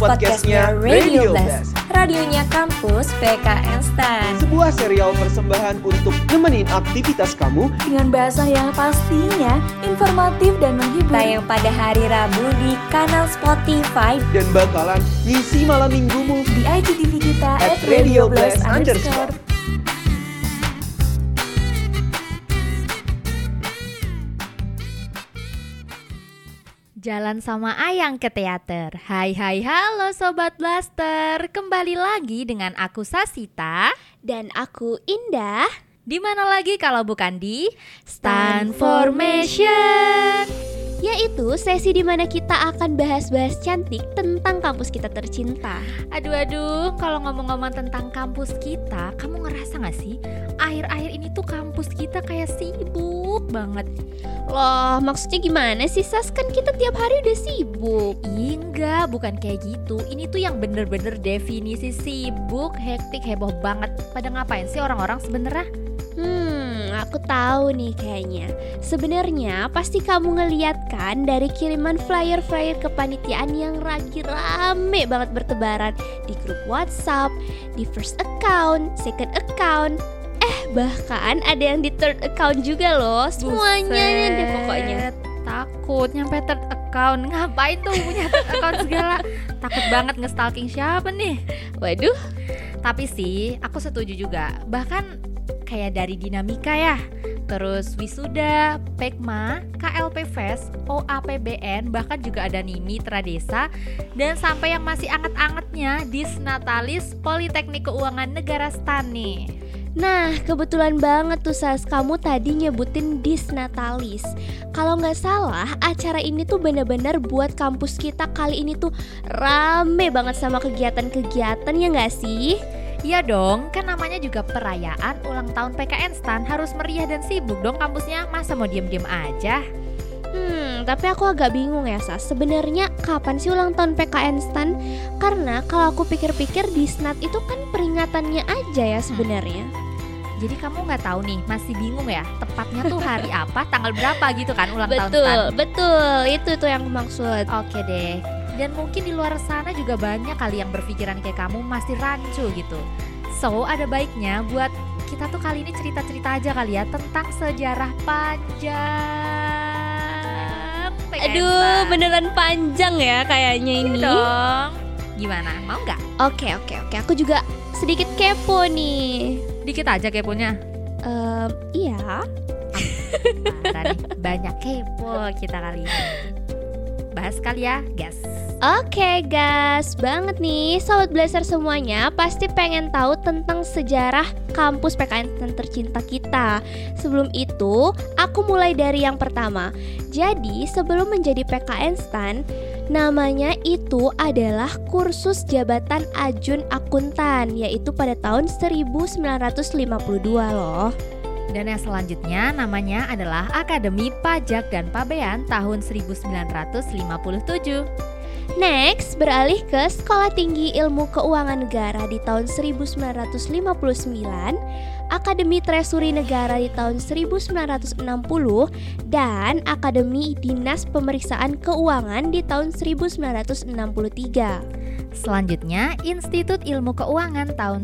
podcastnya Radio Blast, radionya kampus PKN STAN. sebuah serial persembahan untuk nemenin aktivitas kamu Dengan bahasa yang pastinya informatif dan menghibur. Tayang pada hari Rabu di kanal Spotify dan bakalan ngisi malam minggumu. di IGTV kita @radioblast_. Jalan sama Ayang ke teater. Hai halo Sobat Blaster. Kembali lagi dengan aku Sasita. Dan aku Indah. Di mana lagi kalau bukan di Stan Formation. Yaitu sesi di mana kita akan bahas-bahas cantik tentang kampus kita tercinta. Aduh, kalau ngomong-ngomong tentang kampus kita, kamu ngerasa gak sih? Akhir-akhir ini tuh kampus kita kayak sibuk banget. Loh, maksudnya gimana sih Sas? Kan kita tiap hari udah sibuk. Enggak, bukan kayak gitu. Ini tuh yang bener-bener definisi sibuk, hektik, heboh banget. Pada ngapain sih orang-orang sebenarnya? Aku tahu nih kayaknya. Sebenarnya pasti kamu ngeliat kan dari kiriman flyer-flyer kepanitiaan yang lagi rame banget bertebaran di grup WhatsApp, di first account, second account, bahkan ada yang di third account juga loh. Semuanya deh pokoknya. Takut nyampe third account. Ngapain tuh punya third account segala? Takut banget nge-stalking siapa nih? Waduh. Tapi sih aku setuju juga. Bahkan kayak dari dinamika ya, terus wisuda, Pekma, KLP Fest, OAPBN, bahkan juga ada NIMI Tradesa, dan sampai yang masih anget-angetnya Disnatalis Politeknik Keuangan Negara STAN nih. Nah, kebetulan banget tuh Sas, kamu tadi nyebutin Disnatalis. Kalau nggak salah, acara ini tuh benar-benar buat kampus kita kali ini tuh rame banget sama kegiatan-kegiatan, ya nggak sih? Iya dong, kan namanya juga perayaan ulang tahun PKN STAN, harus meriah dan sibuk dong kampusnya, masa mau diem-diem aja? Tapi aku agak bingung ya Sas, sebenarnya kapan sih ulang tahun PKN STAN? Karena kalau aku pikir-pikir Disnat itu kan peringatannya aja ya sebenarnya. Jadi kamu nggak tahu nih, masih bingung ya, tepatnya tuh hari apa, tanggal berapa gitu kan ulang tahun STAN? Betul, itu yang aku maksud. Oke deh. Dan mungkin di luar sana juga banyak kali yang berpikiran kayak kamu masih rancu gitu. So ada baiknya buat kita tuh kali ini cerita-cerita aja kali ya tentang sejarah panjang PKN Aduh, STAN. beneran panjang ya kayaknya ini. Iya dong. Gimana, mau gak? Oke, aku juga sedikit kepo nih. Dikit aja keponya. Iya. Parah nih, banyak kepo kita kali ini. Bahas kali ya, gas. Oke gas, banget nih Sobat Blaster semuanya pasti pengen tahu tentang sejarah kampus PKN STAN tercinta kita. Sebelum itu, aku mulai dari yang pertama. Jadi sebelum menjadi PKN STAN, namanya itu adalah kursus jabatan ajun akuntan, yaitu pada tahun 1952 loh. Dan yang selanjutnya namanya adalah Akademi Pajak dan Pabean tahun 1957. Next, beralih ke Sekolah Tinggi Ilmu Keuangan Negara di tahun 1959, Akademi Treasury Negara di tahun 1960, dan Akademi Dinas Pemeriksaan Keuangan di tahun 1963. Selanjutnya, Institut Ilmu Keuangan tahun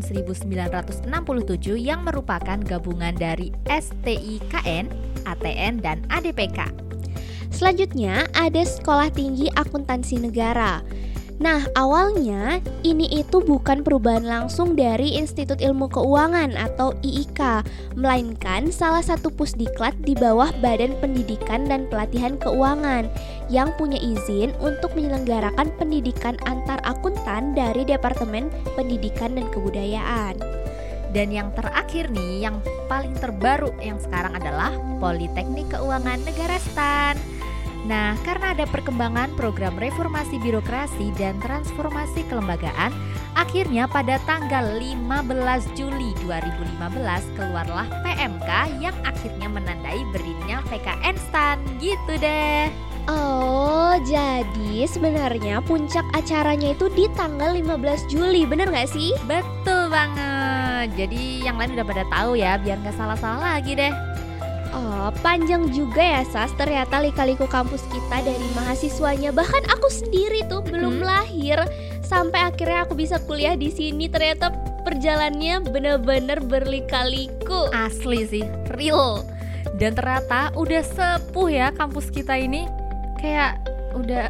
1967 yang merupakan gabungan dari STIKN, ATN, dan ADPK. Selanjutnya ada Sekolah Tinggi Akuntansi Negara. Nah, awalnya ini itu bukan perubahan langsung dari Institut Ilmu Keuangan atau IIK, melainkan salah satu pusdiklat di bawah Badan Pendidikan dan Pelatihan Keuangan yang punya izin untuk menyelenggarakan pendidikan antar akuntan dari Departemen Pendidikan dan Kebudayaan. Dan yang terakhir nih, yang paling terbaru yang sekarang adalah Politeknik Keuangan Negara STAN. Nah, karena ada perkembangan program reformasi birokrasi dan transformasi kelembagaan, akhirnya pada tanggal 15 Juli 2015 keluarlah PMK yang akhirnya menandai berdirinya PKN STAN. Gitu deh. Oh, jadi sebenarnya puncak acaranya itu di tanggal 15 Juli, bener gak sih? Betul banget. Jadi yang lain udah pada tahu ya, biar gak salah-salah lagi deh. Oh, panjang juga ya Sas, ternyata lika-liku kampus kita dari mahasiswanya. Bahkan aku sendiri tuh belum lahir sampai akhirnya aku bisa kuliah di sini. Ternyata perjalanannya bener-bener berlika-liku. Asli sih, real. Dan ternyata udah sepuh ya kampus kita ini. Kayak udah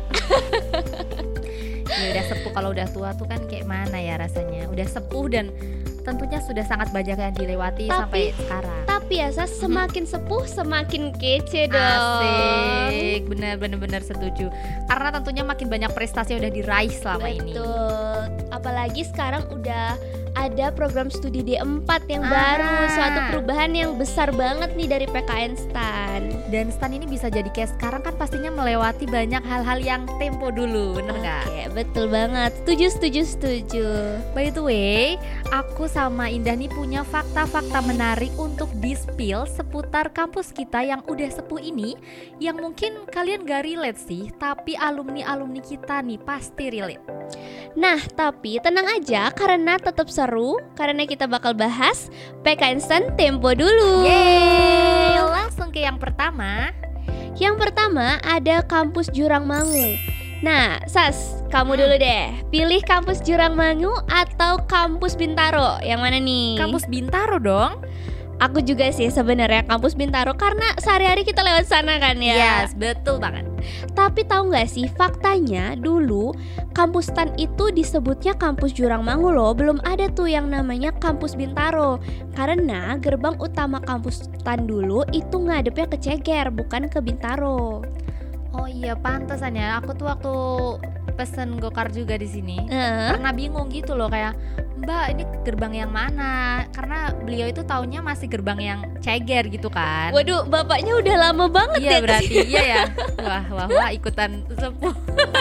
ya udah sepuh. Kalau udah tua tuh kan kayak mana ya rasanya. Udah sepuh dan tentunya sudah sangat banyak yang dilewati sampai sekarang. Tapi ya semakin sepuh semakin kece dong. Asik, benar setuju. Karena tentunya makin banyak prestasi yang udah diraih selama ini. Betul. Apalagi sekarang udah ada program studi D4 yang baru, suatu perubahan yang besar banget nih dari PKN STAN. Dan STAN ini bisa jadi kayak sekarang kan pastinya melewati banyak hal-hal yang tempo dulu, bener gak? Oke, betul banget. Setuju. By the way, aku sama Indah nih punya fakta-fakta menarik untuk di-spill seputar kampus kita yang udah sepuh ini, yang mungkin kalian gak relate sih, tapi alumni-alumni kita nih pasti relate. Nah, tapi tenang aja karena tetap seru, karena kita bakal bahas PKN STAN Tempo dulu. Yeay, langsung ke yang pertama. Yang pertama ada kampus Jurangmangu. Nah, Sas, kamu dulu deh. Pilih kampus Jurangmangu atau kampus Bintaro? Yang mana nih? Kampus Bintaro dong. Aku juga sih sebenarnya kampus Bintaro karena sehari-hari kita lewat sana kan ya. Yes, betul banget. Tapi tahu nggak sih faktanya dulu kampus STAN itu disebutnya kampus Jurangmangu loh. Belum ada tuh yang namanya kampus Bintaro. Karena gerbang utama kampus STAN dulu itu ngadepnya ke Ceger, bukan ke Bintaro. Oh iya, pantesan ya. Aku tuh waktu pesen gokar juga di sini karena bingung gitu loh, kayak Mbak ini gerbang yang mana? Karena beliau itu taunya masih gerbang yang Ceger gitu kan. Waduh, bapaknya udah lama banget iya, ya berarti iya ya. Wah ikutan sepuh.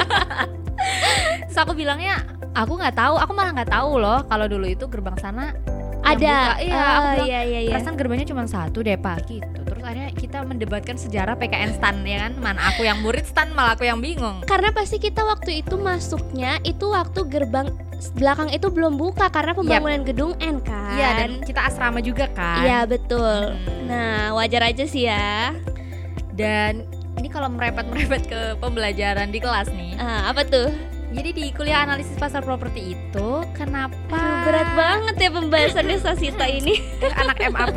So aku bilangnya aku malah nggak tahu loh kalau dulu itu gerbang sana ada. Iya, aku bilang iya. perasaan gerbangnya cuma satu deh Pak gitu. Terus akhirnya kita mendebatkan sejarah PKN STAN ya kan. Mana aku yang murid STAN malah aku yang bingung. Karena pasti kita waktu itu masuknya itu waktu gerbang belakang itu belum buka karena pembangunan gedung N kan. Iya, dan kita asrama juga kan. Iya betul. Nah, wajar aja sih ya. Dan ini kalau merepet ke pembelajaran di kelas nih. Apa tuh? Jadi di kuliah analisis pasar properti itu kenapa berat banget ya pembahasannya Sasita ini. Anak MAP.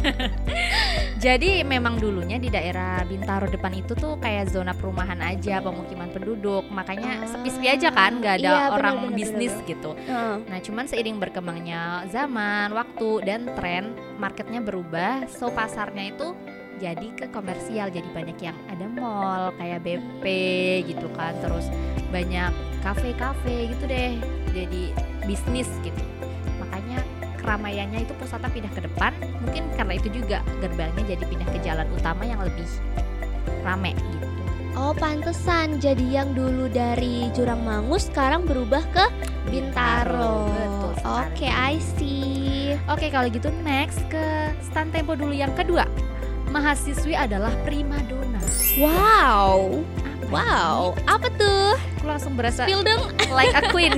Jadi memang dulunya di daerah Bintaro depan itu tuh kayak zona perumahan aja, pemukiman penduduk. Makanya sepi-sepi aja kan, gak ada orang bisnis gitu. Nah cuman seiring berkembangnya zaman, waktu, dan tren, marketnya berubah. So pasarnya itu jadi ke komersial, jadi banyak yang ada mall kayak BP gitu kan, terus banyak kafe-kafe gitu deh, jadi bisnis gitu. Makanya keramaiannya itu pusatnya pindah ke depan. Mungkin karena itu juga gerbangnya jadi pindah ke jalan utama yang lebih rame gitu. Oh pantesan, jadi yang dulu dari Jurangmangu sekarang berubah ke Bintaro. Betul sekali. Oke, I see. Oke, kalau gitu next ke STAN Tempo dulu yang kedua. Mahasiswi adalah primadona. Wow, apa tuh? Aku langsung berasa Spill dong. like a queen.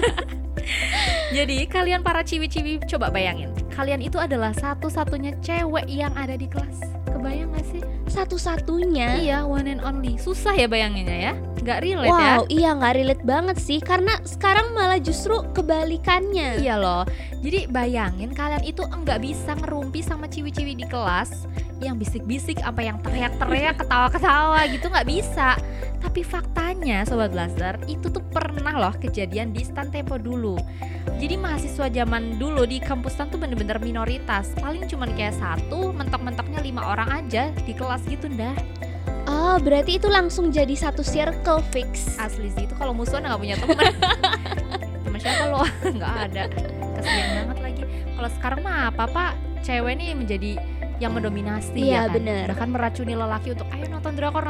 Jadi kalian para ciwi-ciwi coba bayangin, kalian itu adalah satu-satunya cewek yang ada di kelas. Kebayang gak sih? Satu-satunya? Iya, one and only. Susah ya bayanginnya ya? Gak relate ya? Wow, iya gak relate banget sih. Karena sekarang malah justru kebalikannya. Iya loh. Jadi bayangin kalian itu enggak bisa ngerumpi sama ciwi-ciwi di kelas yang bisik-bisik, apa yang teriak-teriak, ketawa-ketawa gitu, nggak bisa. Tapi faktanya Sobat Blaster, itu tuh pernah loh kejadian di STAN Tempo dulu. Jadi mahasiswa zaman dulu di kampus STAN tuh bener-bener minoritas. Paling cuman kayak satu, mentok-mentoknya 5 orang aja di kelas gitu dah. Oh, berarti itu langsung jadi satu circle fix. Asli sih, itu kalau musuhan nggak punya teman. Temen siapa lo? Nggak ada. Kasian banget lagi. Kalau sekarang mah apa-apa cewek nih menjadi yang mendominasi. Iya, ya kan? bener. Bahkan meracuni lelaki untuk ayo nonton drakor.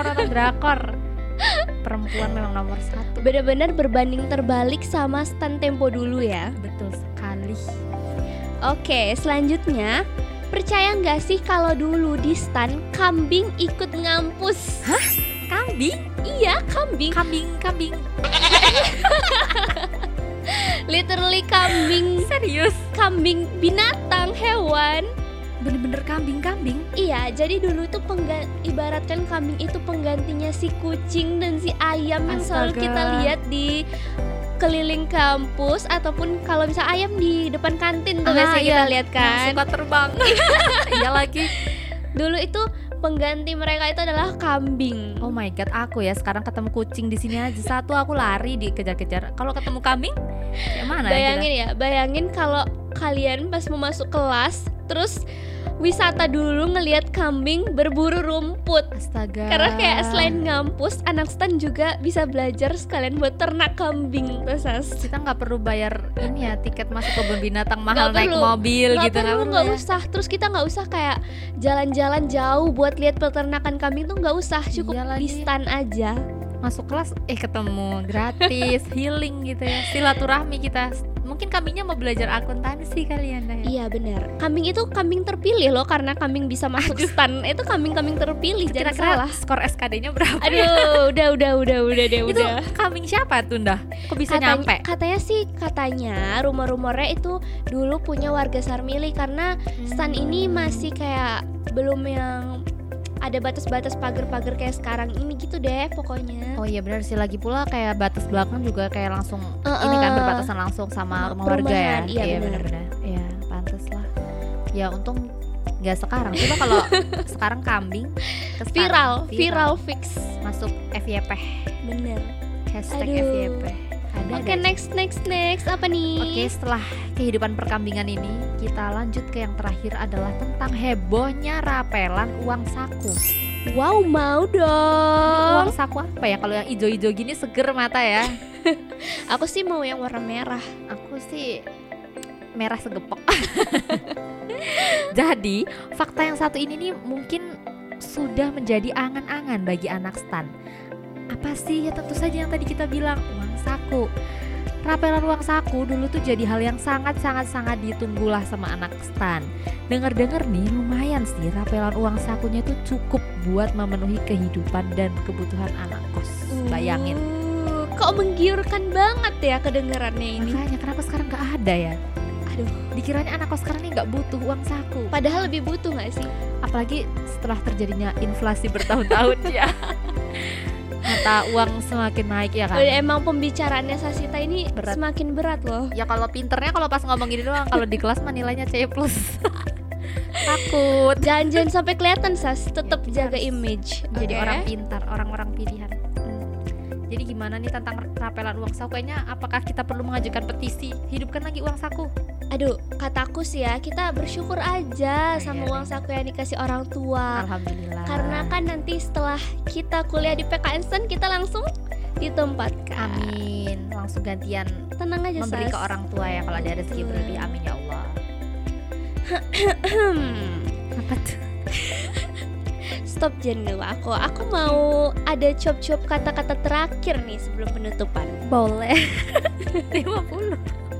Perempuan memang nomor 1. Bener-bener berbanding terbalik sama STAN Tempo dulu ya. Betul sekali. Oke, selanjutnya, percaya nggak sih kalau dulu di STAN kambing ikut ngampus? Hah? Kambing? Iya, kambing. Kambing. Literally kambing. Serius? Kambing binatang, hewan. bener-bener kambing-kambing. Iya, jadi dulu tuh ibaratkan kambing itu penggantinya si kucing dan si ayam yang selalu Astaga. kita lihat di keliling kampus, ataupun kalau misalnya ayam di depan kantin tuh biasanya kita lihat kan. Suka terbang. Iya lagi. Dulu itu pengganti mereka itu adalah kambing. Oh my god, aku ya sekarang ketemu kucing di sini aja satu aku lari dikejar-kejar. Kalau ketemu kambing, kayak mana Bayangin kalau kalian pas mau masuk kelas terus wisata dulu ngelihat kambing berburu rumput. Astaga. Karena kayak selain ngampus, anak stan juga bisa belajar sekalian buat ternak kambing, Sas. Kita nggak perlu bayar ini ya tiket masuk kebun binatang mahal, Nggak naik perlu. mobil Nggak gitu. perlu, nggak ya. usah. Terus kita nggak usah kayak jalan-jalan jauh buat lihat peternakan kambing tuh nggak usah. Cukup Iya di lagi. stan aja. Masuk kelas ketemu gratis, healing gitu ya, silaturahmi kita. Mungkin kambingnya mau belajar akuntansi kalian dah ya. Iya benar. Kambing itu kambing terpilih loh, karena kambing bisa masuk stan. Itu kambing-kambing terpilih, jangan Kira-kira salah. skor SKD-nya berapa? ya? Aduh, udah deh, Itu udah. kambing siapa tuh dah? Kok bisa nyampe? Katanya rumor-rumornya itu dulu punya warga Sarmili, karena stan ini masih kayak belum yang ada batas-batas pagar-pagar kayak sekarang ini gitu deh pokoknya. Oh iya benar sih, lagi pula kayak batas belakang juga kayak langsung ini kan berbatasan langsung sama rumah warga ya. Perumahan, iya, benar. benar-benar. Ya, pantes lah. Ya untung nggak sekarang. Coba kalau sekarang kambing ke stan, Viral fix. masuk FYP. Bener. Hashtag Aduh. FYP. Oke, next apa nih? Oke, setelah kehidupan perkambingan ini, kita lanjut ke yang terakhir adalah tentang hebohnya rapelan uang saku. Wow, mau Ini dong. uang saku apa ya? Kalau yang ijo-ijo gini seger mata ya. Aku sih mau yang warna merah. Aku sih merah segepok. Jadi, fakta yang satu ini nih mungkin sudah menjadi angan-angan bagi anak stan. Apa sih? Ya tentu saja yang tadi kita bilang, uang saku. Rapelan uang saku dulu tuh jadi hal yang sangat ditunggulah sama anak stan. Dengar-dengar nih lumayan sih rapelan uang sakunya tuh cukup buat memenuhi kehidupan dan kebutuhan anak kos. Bayangin. Kok menggiurkan banget ya kedengarannya ini. Makanya kenapa sekarang gak ada ya? Aduh, Dikiranya anak kos sekarang nih gak butuh uang saku. padahal lebih butuh gak sih? Apalagi setelah terjadinya inflasi bertahun-tahun ya. Mata uang semakin naik ya kan. Emang pembicaraannya Sasita ini Berat. semakin berat loh. Ya kalau pinternya kalau pas ngomong gini doang, kalau di kelas mah nilainya C+. Takut. Jangan sampai kelihatan, Sas. Tetap Ya, jaga harus image. Jadi Oke? orang pintar, orang-orang pilihan. Jadi gimana nih tentang rapelan uang saku? Kayaknya apakah kita perlu mengajukan petisi hidupkan lagi uang saku? Aduh, kataku sih ya, kita bersyukur aja Oh, sama iya, uang saku yang dikasih orang tua. Alhamdulillah. Karena kan nanti setelah kita kuliah di PKN STAN, kita langsung ditempatkan. Amin. Langsung gantian Tenang aja, memberi Sas. ke orang tua ya kalau ada rezeki Betul. berlebih. Amin ya Allah. Apa tuh? Stop jangan dulu aku mau ada cop-cop kata-kata terakhir nih sebelum penutupan. Boleh. 50.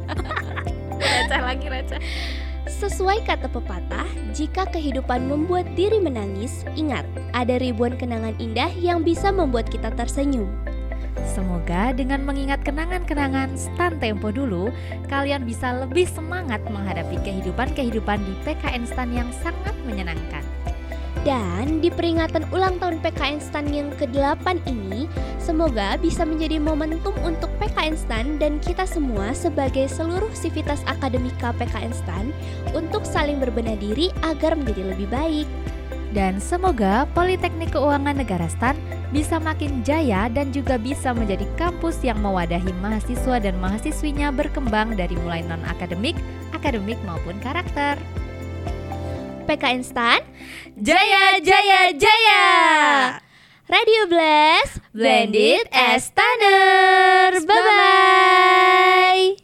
receh. Sesuai kata pepatah, jika kehidupan membuat diri menangis, ingat, ada ribuan kenangan indah yang bisa membuat kita tersenyum. Semoga dengan mengingat kenangan-kenangan Stan Tempo dulu, kalian bisa lebih semangat menghadapi kehidupan di PKN Stan yang sangat menyenangkan. Dan di peringatan ulang tahun PKN STAN yang ke-8 ini, semoga bisa menjadi momentum untuk PKN STAN dan kita semua sebagai seluruh sivitas akademika PKN STAN untuk saling berbenah diri agar menjadi lebih baik. Dan semoga Politeknik Keuangan Negara Stan bisa makin jaya dan juga bisa menjadi kampus yang mewadahi mahasiswa dan mahasiswinya berkembang dari mulai non-akademik, akademik maupun karakter. PKN STAN, Jaya, jaya, jaya! Radio Blast, Blended as Tanners. Bye-bye!